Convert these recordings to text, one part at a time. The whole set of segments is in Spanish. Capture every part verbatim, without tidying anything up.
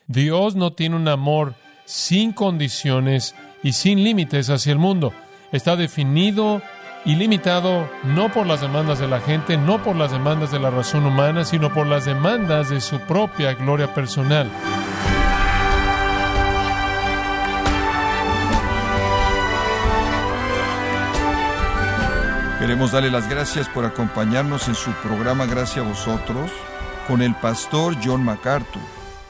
Dios no tiene un amor sin condiciones y sin límites hacia el mundo. Está definido y limitado no por las demandas de la gente, no por las demandas de la razón humana, sino por las demandas de su propia gloria personal. Queremos darle las gracias por acompañarnos en su programa Gracias a Vosotros con el pastor John MacArthur.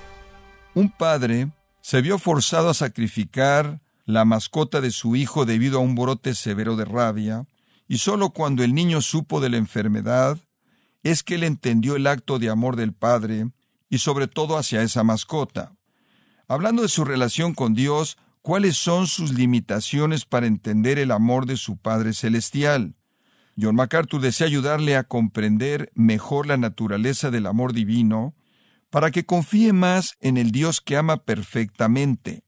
Un padre se vio forzado a sacrificar la mascota de su hijo debido a un brote severo de rabia, y solo cuando el niño supo de la enfermedad es que él entendió el acto de amor del padre y sobre todo hacia esa mascota. Hablando de su relación con Dios, ¿cuáles son sus limitaciones para entender el amor de su Padre Celestial? John MacArthur desea ayudarle a comprender mejor la naturaleza del amor divino para que confíe más en el Dios que ama perfectamente.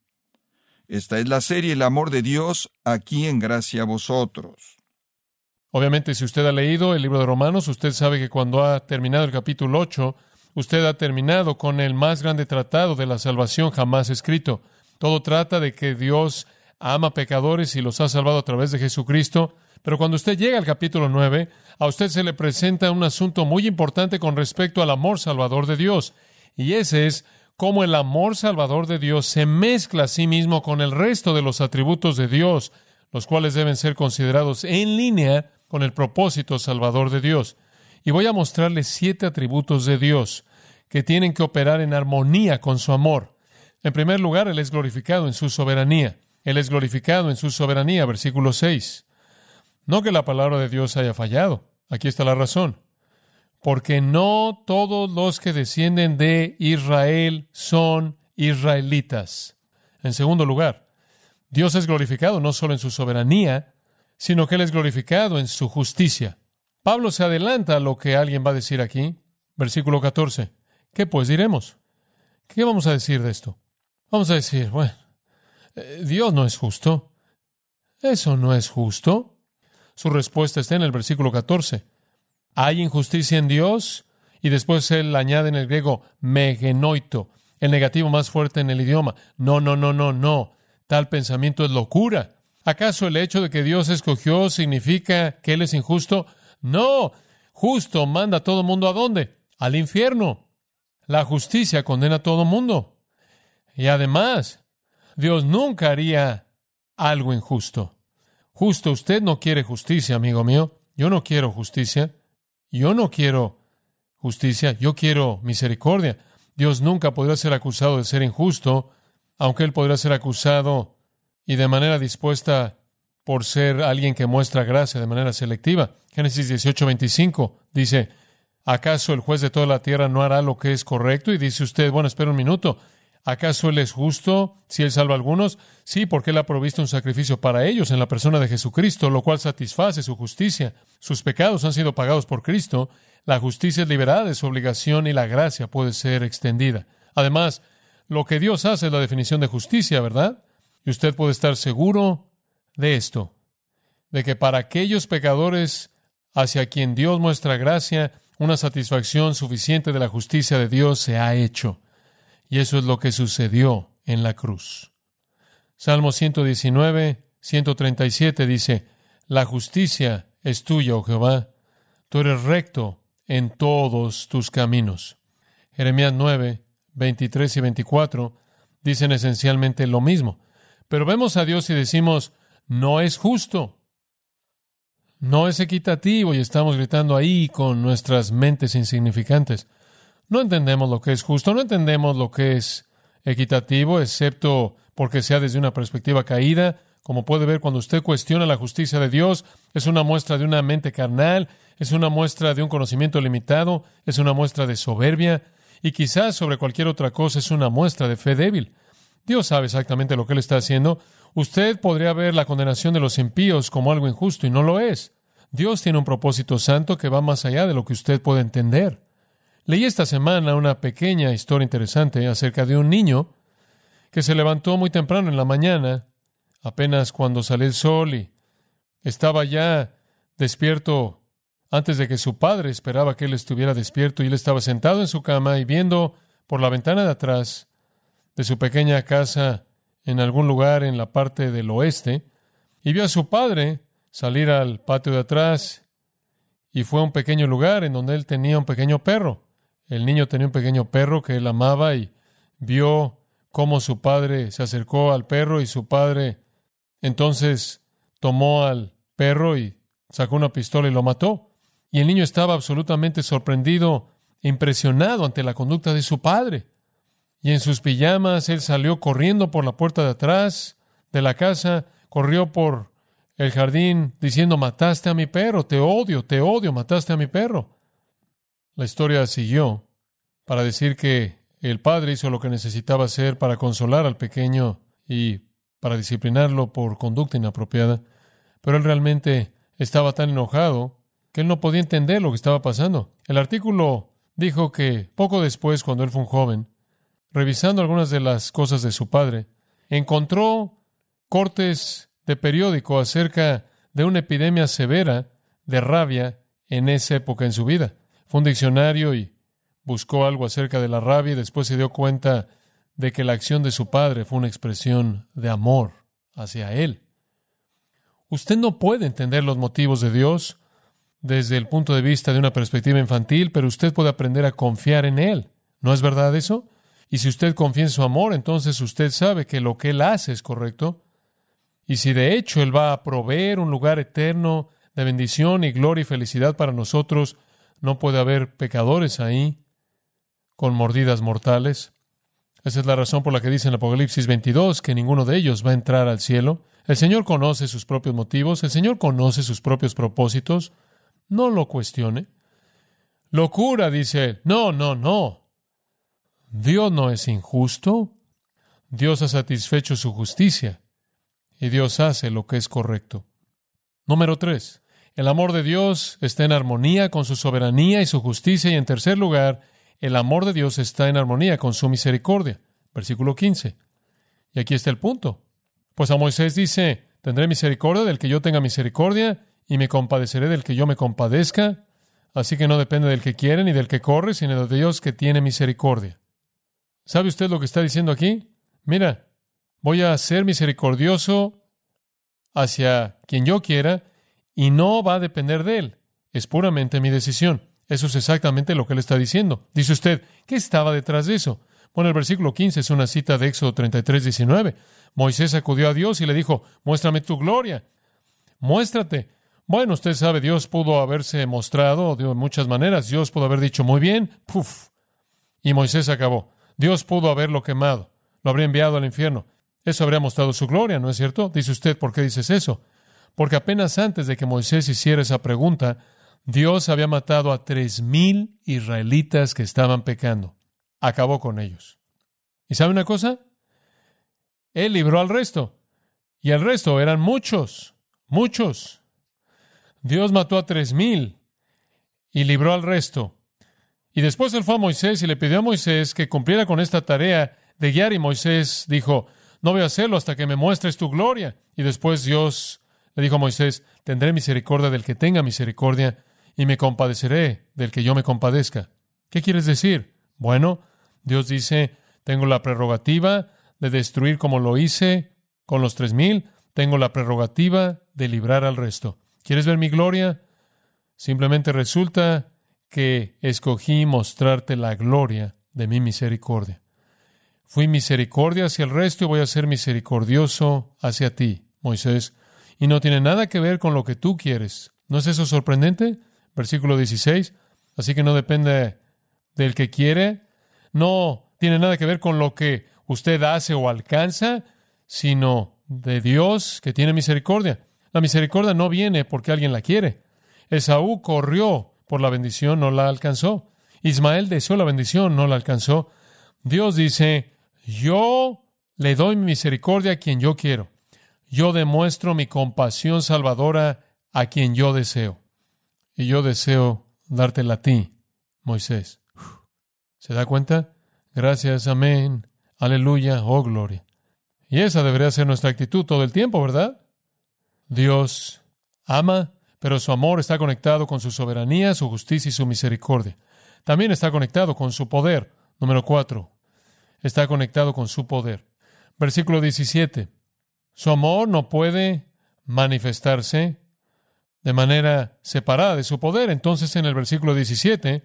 Esta es la serie El amor de Dios, aquí en Gracia a Vosotros. Obviamente, si usted ha leído el libro de Romanos, usted sabe que cuando ha terminado el capítulo ocho, usted ha terminado con el más grande tratado de la salvación jamás escrito. Todo trata de que Dios ama a pecadores y los ha salvado a través de Jesucristo. Pero cuando usted llega al capítulo nueve, a usted se le presenta un asunto muy importante con respecto al amor salvador de Dios. Y ese es cómo el amor salvador de Dios se mezcla a sí mismo con el resto de los atributos de Dios, los cuales deben ser considerados en línea con el propósito salvador de Dios. Y voy a mostrarles siete atributos de Dios que tienen que operar en armonía con su amor. En primer lugar, Él es glorificado en su soberanía. Él es glorificado en su soberanía, versículo seis. No que la palabra de Dios haya fallado. Aquí está la razón. Porque no todos los que descienden de Israel son israelitas. En segundo lugar, Dios es glorificado no solo en su soberanía, sino que Él es glorificado en su justicia. Pablo se adelanta a lo que alguien va a decir aquí. Versículo catorce. ¿Qué pues diremos? ¿Qué vamos a decir de esto? Vamos a decir, bueno, eh, Dios no es justo. Eso no es justo. Su respuesta está en el versículo catorce. ¿Hay injusticia en Dios? Y después él añade en el griego, megenoito, el negativo más fuerte en el idioma. No, no, no, no, no. Tal pensamiento es locura. ¿Acaso el hecho de que Dios escogió significa que Él es injusto? No. Justo manda a todo mundo ¿a dónde? Al infierno. La justicia condena a todo mundo. Y además, Dios nunca haría algo injusto. Justo, usted no quiere justicia, amigo mío. Yo no quiero justicia. Yo no quiero justicia. Yo quiero misericordia. Dios nunca podrá ser acusado de ser injusto, aunque Él podrá ser acusado y de manera dispuesta por ser alguien que muestra gracia de manera selectiva. Génesis dieciocho veinticinco dice, ¿acaso el juez de toda la tierra no hará lo que es correcto? Y dice usted, bueno, espera un minuto. ¿Acaso Él es justo si Él salva a algunos? Sí, porque Él ha provisto un sacrificio para ellos en la persona de Jesucristo, lo cual satisface su justicia. Sus pecados han sido pagados por Cristo, la justicia es liberada de su obligación y la gracia puede ser extendida. Además, lo que Dios hace es la definición de justicia, ¿verdad? Y usted puede estar seguro de esto, de que para aquellos pecadores hacia quien Dios muestra gracia, una satisfacción suficiente de la justicia de Dios se ha hecho. Y eso es lo que sucedió en la cruz. Salmo ciento diecinueve, ciento treinta y siete dice, la justicia es tuya, oh Jehová, tú eres recto en todos tus caminos. Jeremías nueve, veintitrés y veinticuatro dicen esencialmente lo mismo. Pero vemos a Dios y decimos, no es justo, no es equitativo, y estamos gritando ahí con nuestras mentes insignificantes. No entendemos lo que es justo, no entendemos lo que es equitativo, excepto porque sea desde una perspectiva caída. Como puede ver, cuando usted cuestiona la justicia de Dios, es una muestra de una mente carnal, es una muestra de un conocimiento limitado, es una muestra de soberbia, y quizás sobre cualquier otra cosa es una muestra de fe débil. Dios sabe exactamente lo que Él está haciendo. Usted podría ver la condenación de los impíos como algo injusto, y no lo es. Dios tiene un propósito santo que va más allá de lo que usted puede entender. Leí esta semana una pequeña historia interesante acerca de un niño que se levantó muy temprano en la mañana, apenas cuando salió el sol, y estaba ya despierto antes de que su padre esperaba que él estuviera despierto, y él estaba sentado en su cama y viendo por la ventana de atrás de su pequeña casa en algún lugar en la parte del oeste y vio a su padre salir al patio de atrás y fue a un pequeño lugar en donde él tenía un pequeño perro. El niño tenía un pequeño perro que él amaba y vio cómo su padre se acercó al perro y su padre entonces tomó al perro y sacó una pistola y lo mató. Y el niño estaba absolutamente sorprendido e impresionado ante la conducta de su padre. Y en sus pijamas él salió corriendo por la puerta de atrás de la casa, corrió por el jardín diciendo: mataste a mi perro, te odio, te odio, mataste a mi perro. La historia siguió para decir que el padre hizo lo que necesitaba hacer para consolar al pequeño y para disciplinarlo por conducta inapropiada, pero él realmente estaba tan enojado que él no podía entender lo que estaba pasando. El artículo dijo que poco después, cuando él fue un joven, revisando algunas de las cosas de su padre, encontró cortes de periódico acerca de una epidemia severa de rabia en esa época en su vida. Fue un diccionario y buscó algo acerca de la rabia y después se dio cuenta de que la acción de su padre fue una expresión de amor hacia él. Usted no puede entender los motivos de Dios desde el punto de vista de una perspectiva infantil, pero usted puede aprender a confiar en Él. ¿No es verdad eso? Y si usted confía en su amor, entonces usted sabe que lo que Él hace es correcto. Y si de hecho Él va a proveer un lugar eterno de bendición y gloria y felicidad para nosotros, no puede haber pecadores ahí con mordidas mortales. Esa es la razón por la que dice en Apocalipsis veintidós que ninguno de ellos va a entrar al cielo. El Señor conoce sus propios motivos, el Señor conoce sus propios propósitos. No lo cuestione. Locura, dice él. No, no, no. Dios no es injusto. Dios ha satisfecho su justicia y Dios hace lo que es correcto. Número tres. El amor de Dios está en armonía con su soberanía y su justicia. Y en tercer lugar, el amor de Dios está en armonía con su misericordia. Versículo quince. Y aquí está el punto. Pues a Moisés dice: tendré misericordia del que yo tenga misericordia y me compadeceré del que yo me compadezca. Así que no depende del que quiere ni del que corre, sino de Dios que tiene misericordia. ¿Sabe usted lo que está diciendo aquí? Mira, voy a ser misericordioso hacia quien yo quiera y no va a depender de él. Es puramente mi decisión. Eso es exactamente lo que él está diciendo. Dice usted, ¿qué estaba detrás de eso? Bueno, el versículo quince es una cita de Éxodo treinta y tres, diecinueve. Moisés acudió a Dios y le dijo: muéstrame tu gloria. Muéstrate. Bueno, usted sabe, Dios pudo haberse mostrado de muchas maneras. Dios pudo haber dicho: muy bien, puf, y Moisés acabó. Dios pudo haberlo quemado, lo habría enviado al infierno. Eso habría mostrado su gloria, ¿no es cierto? Dice usted, ¿por qué dices eso? Porque apenas antes de que Moisés hiciera esa pregunta, Dios había matado a tres mil israelitas que estaban pecando. Acabó con ellos. ¿Y sabe una cosa? Él libró al resto. Y el resto eran muchos, muchos. Dios mató a tres mil y libró al resto. Y después él fue a Moisés y le pidió a Moisés que cumpliera con esta tarea de guiar. Y Moisés dijo: no voy a hacerlo hasta que me muestres tu gloria. Y después Dios le dijo a Moisés: tendré misericordia del que tenga misericordia y me compadeceré del que yo me compadezca. ¿Qué quieres decir? Bueno, Dios dice: tengo la prerrogativa de destruir como lo hice con los tres mil. Tengo la prerrogativa de librar al resto. ¿Quieres ver mi gloria? Simplemente resulta que escogí mostrarte la gloria de mi misericordia. Fui misericordia hacia el resto y voy a ser misericordioso hacia ti, Moisés. Y no tiene nada que ver con lo que tú quieres. ¿No es eso sorprendente? Versículo dieciséis. Así que no depende del que quiere. No tiene nada que ver con lo que usted hace o alcanza, sino de Dios que tiene misericordia. La misericordia no viene porque alguien la quiere. Esaú corrió por la bendición, no la alcanzó. Ismael deseó la bendición, no la alcanzó. Dios dice: yo le doy mi misericordia a quien yo quiero. Yo demuestro mi compasión salvadora a quien yo deseo. Y yo deseo dártela a ti, Moisés. ¿Se da cuenta? Gracias, amén, aleluya, oh gloria. Y esa debería ser nuestra actitud todo el tiempo, ¿verdad? Dios ama, pero su amor está conectado con su soberanía, su justicia y su misericordia. También está conectado con su poder. Número cuatro. está conectado con su poder. Versículo diecisiete. Su amor no puede manifestarse de manera separada de su poder. Entonces, en el versículo diecisiete,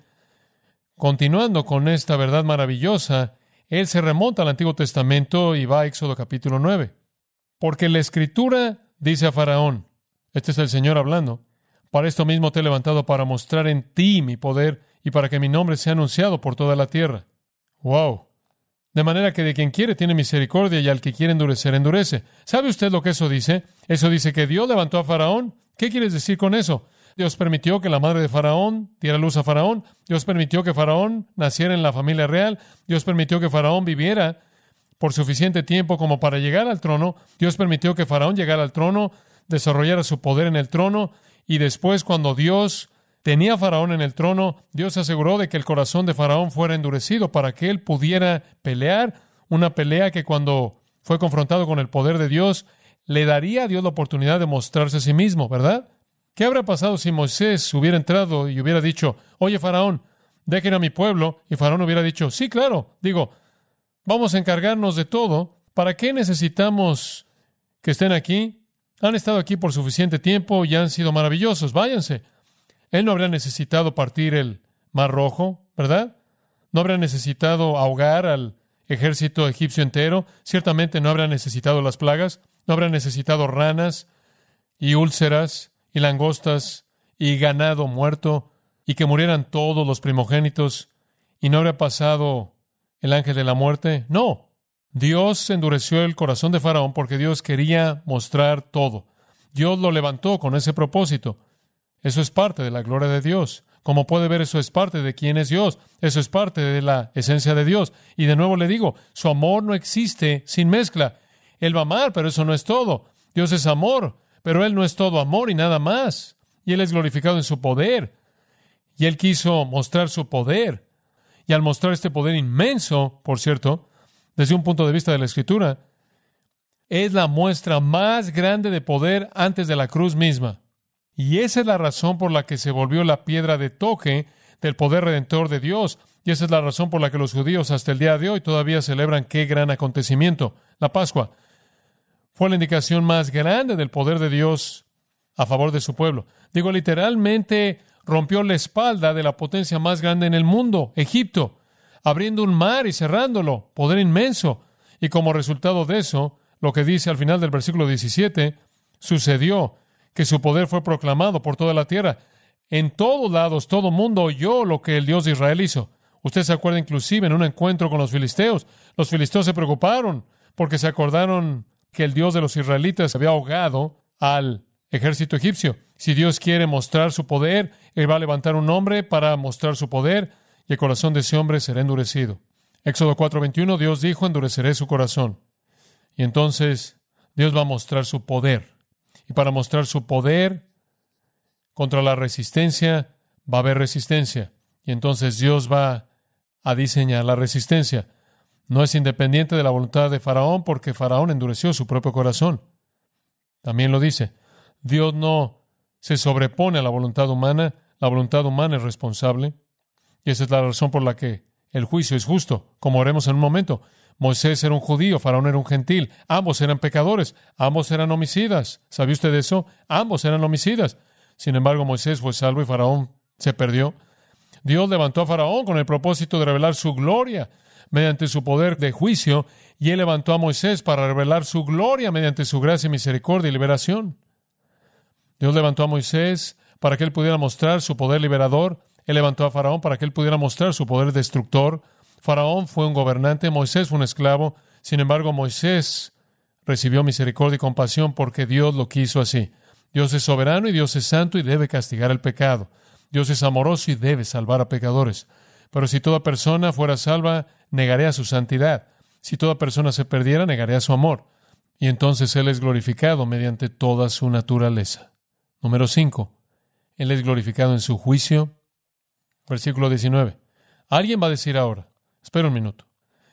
continuando con esta verdad maravillosa, él se remonta al Antiguo Testamento y va a Éxodo capítulo nueve. Porque la Escritura dice a Faraón, este es el Señor hablando, para esto mismo te he levantado para mostrar en ti mi poder y para que mi nombre sea anunciado por toda la tierra. ¡Wow! De manera que de quien quiere tiene misericordia y al que quiere endurecer, endurece. ¿Sabe usted lo que eso dice? Eso dice que Dios levantó a Faraón. ¿Qué quieres decir con eso? Dios permitió que la madre de Faraón diera luz a Faraón. Dios permitió que Faraón naciera en la familia real. Dios permitió que Faraón viviera por suficiente tiempo como para llegar al trono. Dios permitió que Faraón llegara al trono, desarrollara su poder en el trono, y después, cuando Dios tenía a Faraón en el trono, Dios se aseguró de que el corazón de Faraón fuera endurecido para que él pudiera pelear, una pelea que cuando fue confrontado con el poder de Dios, le daría a Dios la oportunidad de mostrarse a sí mismo, ¿verdad? ¿Qué habría pasado si Moisés hubiera entrado y hubiera dicho, oye, Faraón, deja ir a mi pueblo? Y Faraón hubiera dicho, sí, claro, digo, vamos a encargarnos de todo. ¿Para qué necesitamos que estén aquí? Han estado aquí por suficiente tiempo y han sido maravillosos, váyanse. Él no habría necesitado partir el Mar Rojo, ¿verdad? No habría necesitado ahogar al ejército egipcio entero. Ciertamente no habría necesitado las plagas. No habría necesitado ranas y úlceras y langostas y ganado muerto y que murieran todos los primogénitos y no habría pasado el ángel de la muerte. No. Dios endureció el corazón de Faraón porque Dios quería mostrar todo. Dios lo levantó con ese propósito. Eso es parte de la gloria de Dios. Como puede ver, eso es parte de quién es Dios. Eso es parte de la esencia de Dios. Y de nuevo le digo, su amor no existe sin mezcla. Él va a amar, pero eso no es todo. Dios es amor, pero Él no es todo amor y nada más. Y Él es glorificado en su poder. Y Él quiso mostrar su poder. Y al mostrar este poder inmenso, por cierto, desde un punto de vista de la Escritura, es la muestra más grande de poder antes de la cruz misma. Y esa es la razón por la que se volvió la piedra de toque del poder redentor de Dios. Y esa es la razón por la que los judíos hasta el día de hoy todavía celebran qué gran acontecimiento, la Pascua. Fue la indicación más grande del poder de Dios a favor de su pueblo. Digo, literalmente rompió la espalda de la potencia más grande en el mundo, Egipto, abriendo un mar y cerrándolo, poder inmenso. Y como resultado de eso, lo que dice al final del versículo diecisiete, sucedió que su poder fue proclamado por toda la tierra. En todos lados, todo mundo oyó lo que el Dios de Israel hizo. Usted se acuerda inclusive en un encuentro con los filisteos. Los filisteos se preocuparon porque se acordaron que el Dios de los israelitas había ahogado al ejército egipcio. Si Dios quiere mostrar su poder, Él va a levantar un hombre para mostrar su poder y el corazón de ese hombre será endurecido. Éxodo cuatro veintiuno, Dios dijo, endureceré su corazón. Y entonces Dios va a mostrar su poder. Y para mostrar su poder contra la resistencia, va a haber resistencia. Y entonces Dios va a diseñar la resistencia. No es independiente de la voluntad de Faraón, porque Faraón endureció su propio corazón. También lo dice. Dios no se sobrepone a la voluntad humana. La voluntad humana es responsable. Y esa es la razón por la que el juicio es justo, como veremos en un momento. Moisés era un judío, Faraón era un gentil. Ambos eran pecadores, ambos eran homicidas. ¿Sabe usted eso? Ambos eran homicidas. Sin embargo, Moisés fue salvo y Faraón se perdió. Dios levantó a Faraón con el propósito de revelar su gloria mediante su poder de juicio, y Él levantó a Moisés para revelar su gloria mediante su gracia, misericordia y liberación. Dios levantó a Moisés para que Él pudiera mostrar su poder liberador. Él levantó a Faraón para que Él pudiera mostrar su poder destructor. Faraón fue un gobernante, Moisés fue un esclavo. Sin embargo, Moisés recibió misericordia y compasión porque Dios lo quiso así. Dios es soberano y Dios es santo y debe castigar el pecado. Dios es amoroso y debe salvar a pecadores. Pero si toda persona fuera salva, negaría su santidad. Si toda persona se perdiera, negaría su amor. Y entonces Él es glorificado mediante toda su naturaleza. Número cinco. Él es glorificado en su juicio. Versículo diecinueve. Alguien va a decir ahora, espera un minuto.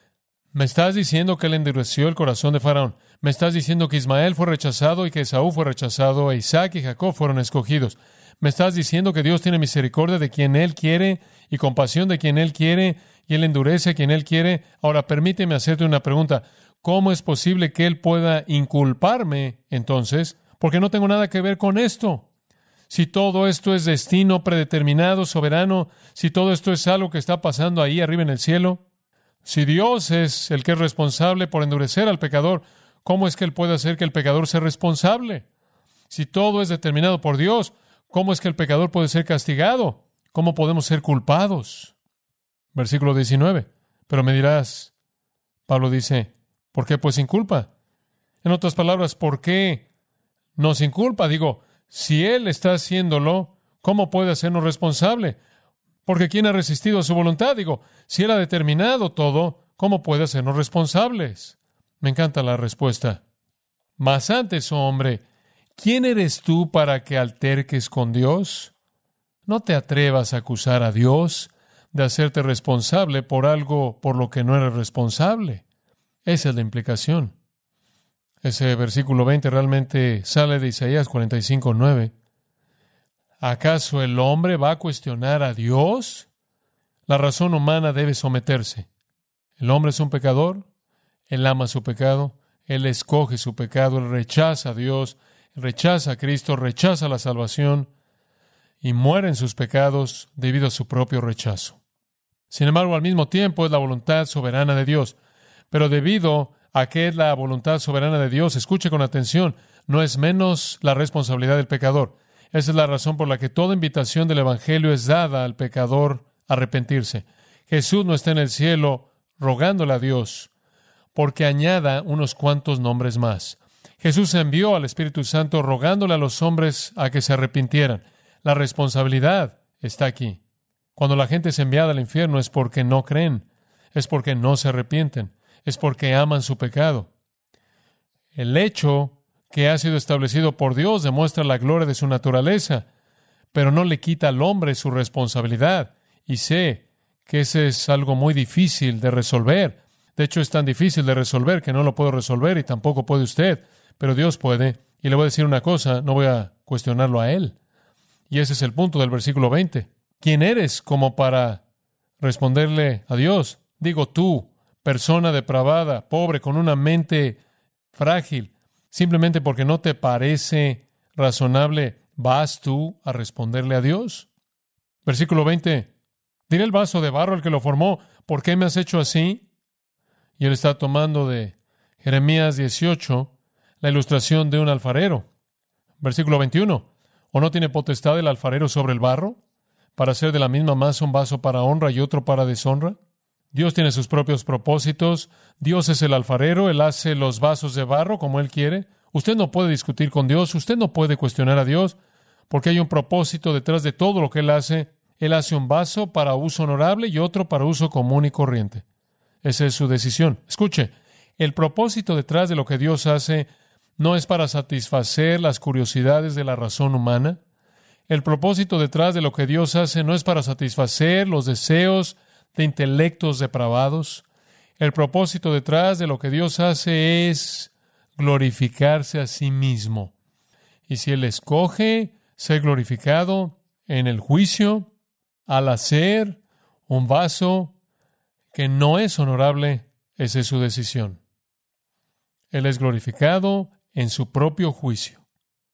Me estás diciendo que Él endureció el corazón de Faraón. Me estás diciendo que Ismael fue rechazado y que Esaú fue rechazado, e Isaac y Jacob fueron escogidos. ¿Me estás diciendo que Dios tiene misericordia de quien Él quiere y compasión de quien Él quiere y Él endurece a quien Él quiere? Ahora, permíteme hacerte una pregunta. ¿Cómo es posible que Él pueda inculparme entonces? Porque no tengo nada que ver con esto. Si todo esto es destino predeterminado, soberano, si todo esto es algo que está pasando ahí arriba en el cielo, si Dios es el que es responsable por endurecer al pecador, ¿cómo es que Él puede hacer que el pecador sea responsable? Si todo es determinado por Dios, ¿cómo es que el pecador puede ser castigado? ¿Cómo podemos ser culpados? Versículo diecinueve. Pero me dirás, Pablo dice, ¿por qué pues sin culpa? En otras palabras, ¿por qué no sin culpa? Digo, si Él está haciéndolo, ¿cómo puede hacernos responsable? Porque ¿quién ha resistido a su voluntad? Digo, si Él ha determinado todo, ¿cómo puede hacernos responsables? Me encanta la respuesta. Mas antes, oh hombre, ¿quién eres tú para que alterques con Dios? No te atrevas a acusar a Dios de hacerte responsable por algo por lo que no eres responsable. Esa es la implicación. Ese versículo veinte realmente sale de Isaías cuarenta y cinco, nueve. ¿Acaso el hombre va a cuestionar a Dios? La razón humana debe someterse. El hombre es un pecador, él ama su pecado, él escoge su pecado, él rechaza a Dios, rechaza a Cristo, rechaza la salvación y muere en sus pecados debido a su propio rechazo. Sin embargo, al mismo tiempo es la voluntad soberana de Dios. Pero debido a que es la voluntad soberana de Dios, escuche con atención, no es menos la responsabilidad del pecador. Esa es la razón por la que toda invitación del Evangelio es dada al pecador a arrepentirse. Jesús no está en el cielo rogándole a Dios porque añada unos cuantos nombres más. Jesús envió al Espíritu Santo rogándole a los hombres a que se arrepintieran. La responsabilidad está aquí. Cuando la gente es enviada al infierno es porque no creen, es porque no se arrepienten, es porque aman su pecado. El hecho que ha sido establecido por Dios demuestra la gloria de su naturaleza, pero no le quita al hombre su responsabilidad. Y sé que ese es algo muy difícil de resolver. De hecho, es tan difícil de resolver que no lo puedo resolver y tampoco puede usted, pero Dios puede. Y le voy a decir una cosa, no voy a cuestionarlo a Él. Y ese es el punto del versículo veinte. ¿Quién eres como para responderle a Dios? Digo tú, persona depravada, pobre, con una mente frágil, simplemente porque no te parece razonable, ¿vas tú a responderle a Dios? Versículo veinte. Diré el vaso de barro al que lo formó, ¿por qué me has hecho así? Y él está tomando de Jeremías dieciocho la ilustración de un alfarero. Versículo veintiuno. ¿O no tiene potestad el alfarero sobre el barro para hacer de la misma masa un vaso para honra y otro para deshonra? Dios tiene sus propios propósitos. Dios es el alfarero. Él hace los vasos de barro como Él quiere. Usted no puede discutir con Dios. Usted no puede cuestionar a Dios porque hay un propósito detrás de todo lo que Él hace. Él hace un vaso para uso honorable y otro para uso común y corriente. Esa es su decisión. Escuche, el propósito detrás de lo que Dios hace no es para satisfacer las curiosidades de la razón humana. El propósito detrás de lo que Dios hace no es para satisfacer los deseos de intelectos depravados. El propósito detrás de lo que Dios hace es glorificarse a sí mismo. Y si Él escoge ser glorificado en el juicio, al hacer un vaso que no es honorable, esa es su decisión. Él es glorificado en su propio juicio.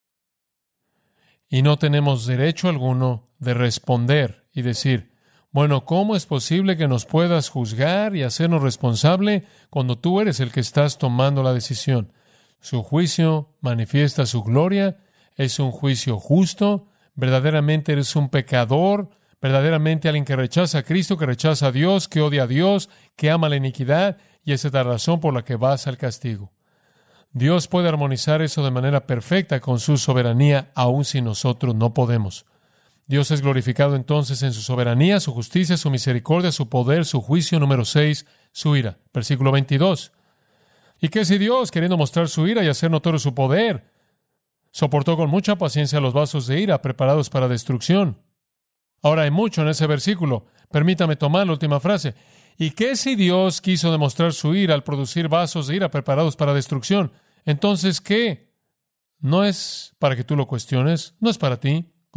Y no tenemos derecho alguno de responder y decir, bueno, ¿cómo es posible que nos puedas juzgar y hacernos responsable cuando tú eres el que estás tomando la decisión? Su juicio manifiesta su gloria, es un juicio justo, verdaderamente eres un pecador, verdaderamente alguien que rechaza a Cristo, que rechaza a Dios, que odia a Dios, que ama la iniquidad, y esa es la razón por la que vas al castigo. Dios puede armonizar eso de manera perfecta con su soberanía, aun si nosotros no podemos. Dios es glorificado entonces en su soberanía, su justicia, su misericordia, su poder, su juicio. Número seis, su ira. Versículo veintidós. ¿Y qué si Dios, queriendo mostrar su ira y hacer notorio su poder, soportó con mucha paciencia los vasos de ira preparados para destrucción? Ahora hay mucho en ese versículo. Permítame tomar la última frase. ¿Y qué si Dios quiso demostrar su ira al producir vasos de ira preparados para destrucción? Entonces, ¿qué? No es para que tú lo cuestiones, no es para ti.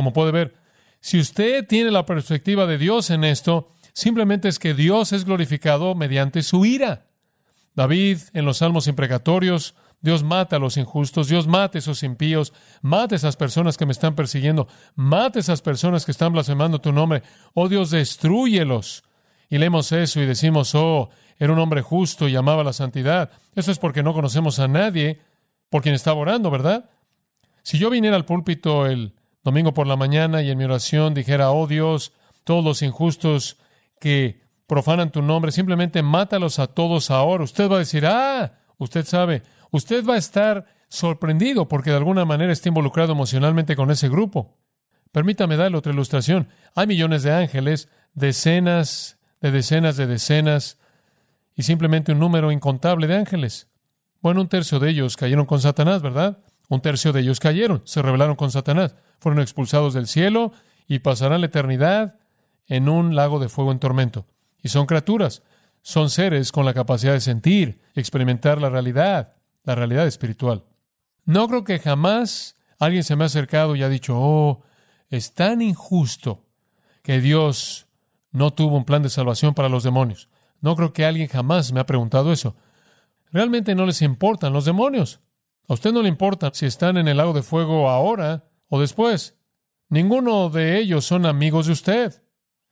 Como puede ver, si usted tiene la perspectiva de Dios en esto, simplemente es que Dios es glorificado mediante su ira. David, en los salmos imprecatorios, Dios mata a los injustos, Dios mata a esos impíos, mata a esas personas que me están persiguiendo, mata a esas personas que están blasfemando tu nombre. Oh Dios, destrúyelos. Y leemos eso y decimos, oh, era un hombre justo y amaba la santidad. Eso es porque no conocemos a nadie por quien estaba orando, ¿verdad? Si yo viniera al púlpito el domingo por la mañana y en mi oración dijera, oh Dios, todos los injustos que profanan tu nombre, simplemente mátalos a todos ahora. Usted va a decir, ah, usted sabe, usted va a estar sorprendido porque de alguna manera está involucrado emocionalmente con ese grupo. Permítame darle otra ilustración. Hay millones de ángeles, decenas de decenas de decenas y simplemente un número incontable de ángeles. Bueno, un tercio de ellos cayeron con Satanás, ¿verdad? Un tercio de ellos cayeron, se rebelaron con Satanás, fueron expulsados del cielo y pasarán la eternidad en un lago de fuego en tormento. Y son criaturas, son seres con la capacidad de sentir, experimentar la realidad, la realidad espiritual. No creo que jamás alguien se me ha acercado y ha dicho, oh, es tan injusto que Dios no tuvo un plan de salvación para los demonios. No creo que alguien jamás me ha preguntado eso. Realmente no les importan los demonios. A usted no le importa si están en el lago de fuego ahora o después. Ninguno de ellos son amigos de usted.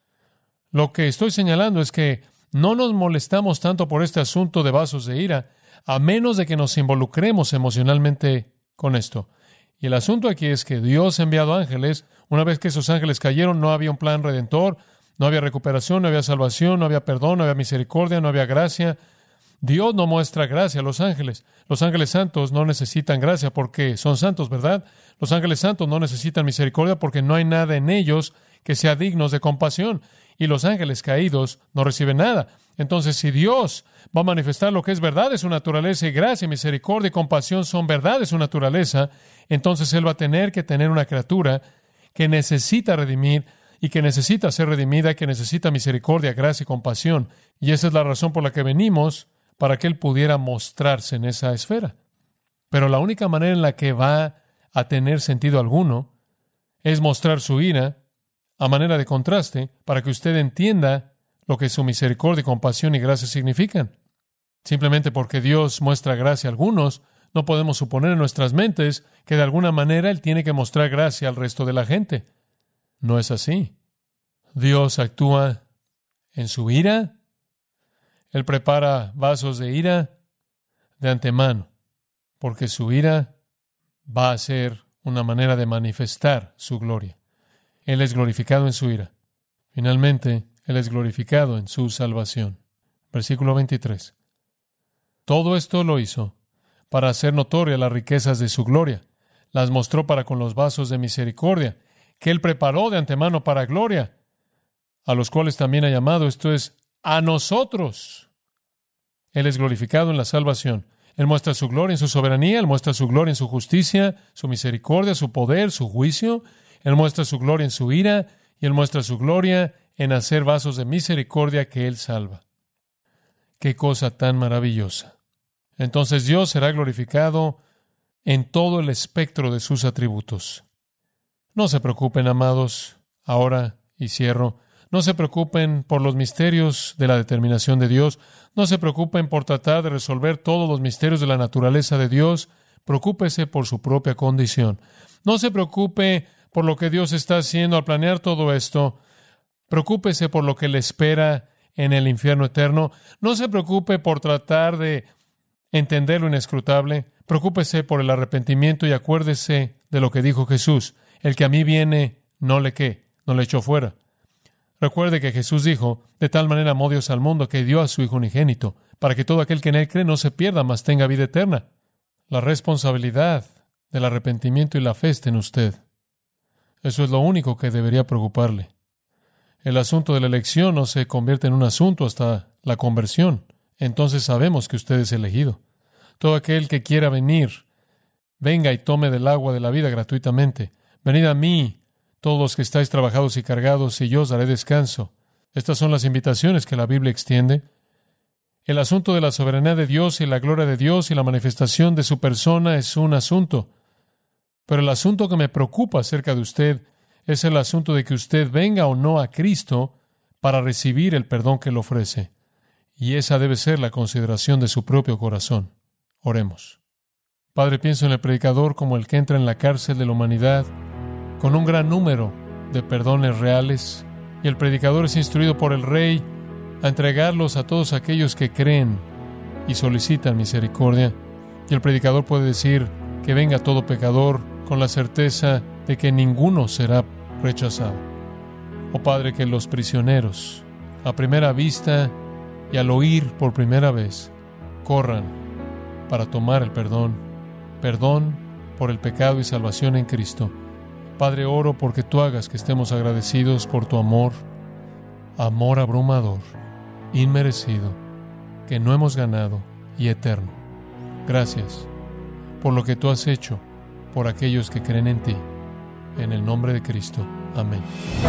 Lo que estoy señalando es que no nos molestamos tanto por este asunto de vasos de ira, a menos de que nos involucremos emocionalmente con esto. Y el asunto aquí es que Dios ha enviado ángeles. Una vez que esos ángeles cayeron, no había un plan redentor, no había recuperación, no había salvación, no había perdón, no había misericordia, no había gracia. Dios no muestra gracia a los ángeles. Los ángeles santos no necesitan gracia porque son santos, ¿verdad? Los ángeles santos no necesitan misericordia porque no hay nada en ellos que sea dignos de compasión. Y los ángeles caídos no reciben nada. Entonces, si Dios va a manifestar lo que es verdad de su naturaleza, y gracia, misericordia y compasión son verdad de su naturaleza, entonces Él va a tener que tener una criatura que necesita redimir y que necesita ser redimida, que necesita misericordia, gracia y compasión. Y esa es la razón por la que venimos, para que Él pudiera mostrarse en esa esfera. Pero la única manera en la que va a tener sentido alguno es mostrar su ira a manera de contraste para que usted entienda lo que su misericordia, compasión y gracia significan. Simplemente porque Dios muestra gracia a algunos, no podemos suponer en nuestras mentes que de alguna manera Él tiene que mostrar gracia al resto de la gente. No es así. Dios actúa en su ira. Él prepara vasos de ira de antemano, porque su ira va a ser una manera de manifestar su gloria. Él es glorificado en su ira. Finalmente, Él es glorificado en su salvación. Versículo veintitrés. Todo esto lo hizo para hacer notoria las riquezas de su gloria. Las mostró para con los vasos de misericordia, que Él preparó de antemano para gloria, a los cuales también ha llamado, esto es, a nosotros. Él es glorificado en la salvación. Él muestra su gloria en su soberanía, Él muestra su gloria en su justicia, su misericordia, su poder, su juicio. Él muestra su gloria en su ira y Él muestra su gloria en hacer vasos de misericordia que Él salva. ¡Qué cosa tan maravillosa! Entonces Dios será glorificado en todo el espectro de sus atributos. No se preocupen, amados, ahora, y cierro, no se preocupen por los misterios de la determinación de Dios, no se preocupen por tratar de resolver todos los misterios de la naturaleza de Dios, preocúpese por su propia condición. No se preocupe por lo que Dios está haciendo al planear todo esto, preocúpese por lo que le espera en el infierno eterno, no se preocupe por tratar de entender lo inescrutable, preocúpese por el arrepentimiento y acuérdese de lo que dijo Jesús, el que a mí viene, no le qué, no le echó fuera. Recuerde que Jesús dijo, de tal manera amó Dios al mundo que dio a su Hijo unigénito, para que todo aquel que en Él cree no se pierda, mas tenga vida eterna. La responsabilidad del arrepentimiento y la fe está en usted. Eso es lo único que debería preocuparle. El asunto de la elección no se convierte en un asunto hasta la conversión. Entonces sabemos que usted es elegido. Todo aquel que quiera venir, venga y tome del agua de la vida gratuitamente. Venid a mí, todos los que estáis trabajados y cargados, y yo os daré descanso. Estas son las invitaciones que la Biblia extiende. El asunto de la soberanía de Dios y la gloria de Dios y la manifestación de su persona es un asunto. Pero el asunto que me preocupa acerca de usted Es el asunto de que usted venga o no a Cristo para recibir el perdón que Él ofrece. Y esa debe ser la consideración de su propio corazón. Oremos. Padre, pienso en el predicador como el que entra en la cárcel de la humanidad con un gran número de perdones reales, y el predicador es instruido por el Rey a entregarlos a todos aquellos que creen y solicitan misericordia. Y el predicador puede decir que venga todo pecador con la certeza de que ninguno será rechazado. Oh Padre, que los prisioneros, a primera vista y al oír por primera vez, corran para tomar el perdón, perdón por el pecado y salvación en Cristo. Padre, oro porque Tú hagas que estemos agradecidos por Tu amor, amor abrumador, inmerecido, que no hemos ganado y eterno. Gracias por lo que Tú has hecho por aquellos que creen en Ti. En el nombre de Cristo. Amén.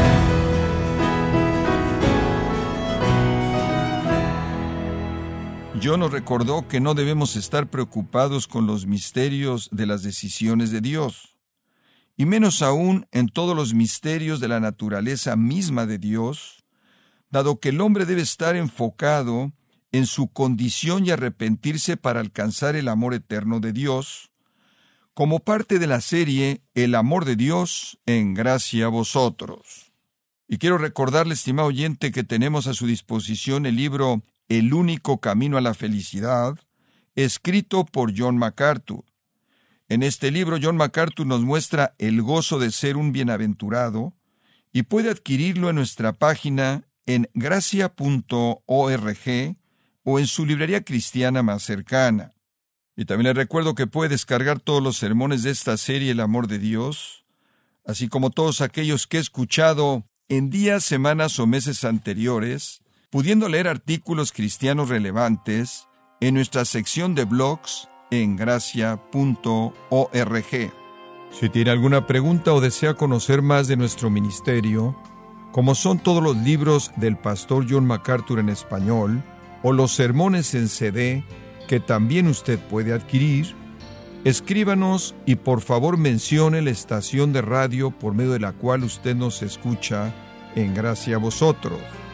John nos recordó que no debemos estar preocupados con los misterios de las decisiones de Dios, y menos aún en todos los misterios de la naturaleza misma de Dios, dado que el hombre debe estar enfocado en su condición y arrepentirse para alcanzar el amor eterno de Dios, como parte de la serie El amor de Dios en gracia a vosotros. Y quiero recordarle, estimado oyente, que tenemos a su disposición el libro El único camino a la felicidad, escrito por John MacArthur. En este libro, John MacArthur nos muestra el gozo de ser un bienaventurado, y puede adquirirlo en nuestra página en gracia punto org o en su librería cristiana más cercana. Y también le recuerdo que puede descargar todos los sermones de esta serie El amor de Dios, así como todos aquellos que he escuchado en días, semanas o meses anteriores, pudiendo leer artículos cristianos relevantes en nuestra sección de blogs en gracia punto org. Si tiene alguna pregunta o desea conocer más de nuestro ministerio, como son todos los libros del pastor John MacArthur en español, o los sermones en C D, que también usted puede adquirir, escríbanos y por favor mencione la estación de radio por medio de la cual usted nos escucha en Gracia a Vosotros.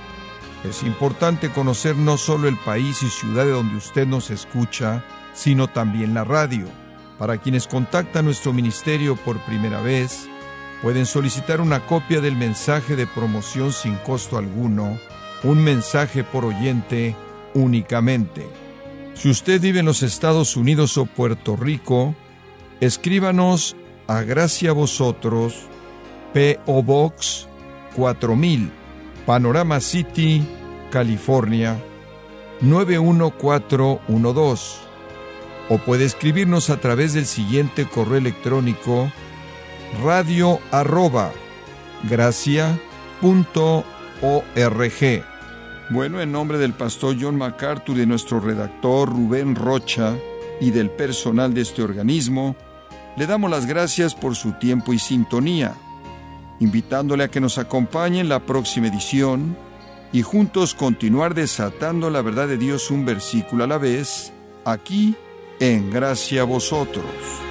Es importante conocer no solo el país y ciudad de donde usted nos escucha, sino también la radio. Para quienes contactan nuestro ministerio por primera vez, pueden solicitar una copia del mensaje de promoción sin costo alguno, un mensaje por oyente únicamente. Si usted vive en los Estados Unidos o Puerto Rico, escríbanos a Gracia a Vosotros, P O Box cuatro mil, Panorama City, California, nueve uno cuatro uno dos. O puede escribirnos a través del siguiente correo electrónico: radio arroba gracia punto org. Bueno, en nombre del pastor John MacArthur, de nuestro redactor Rubén Rocha y del personal de este organismo, le damos las gracias por su tiempo y sintonía, invitándole a que nos acompañe en la próxima edición y juntos continuar desatando la verdad de Dios un versículo a la vez, aquí en Gracia a Vosotros.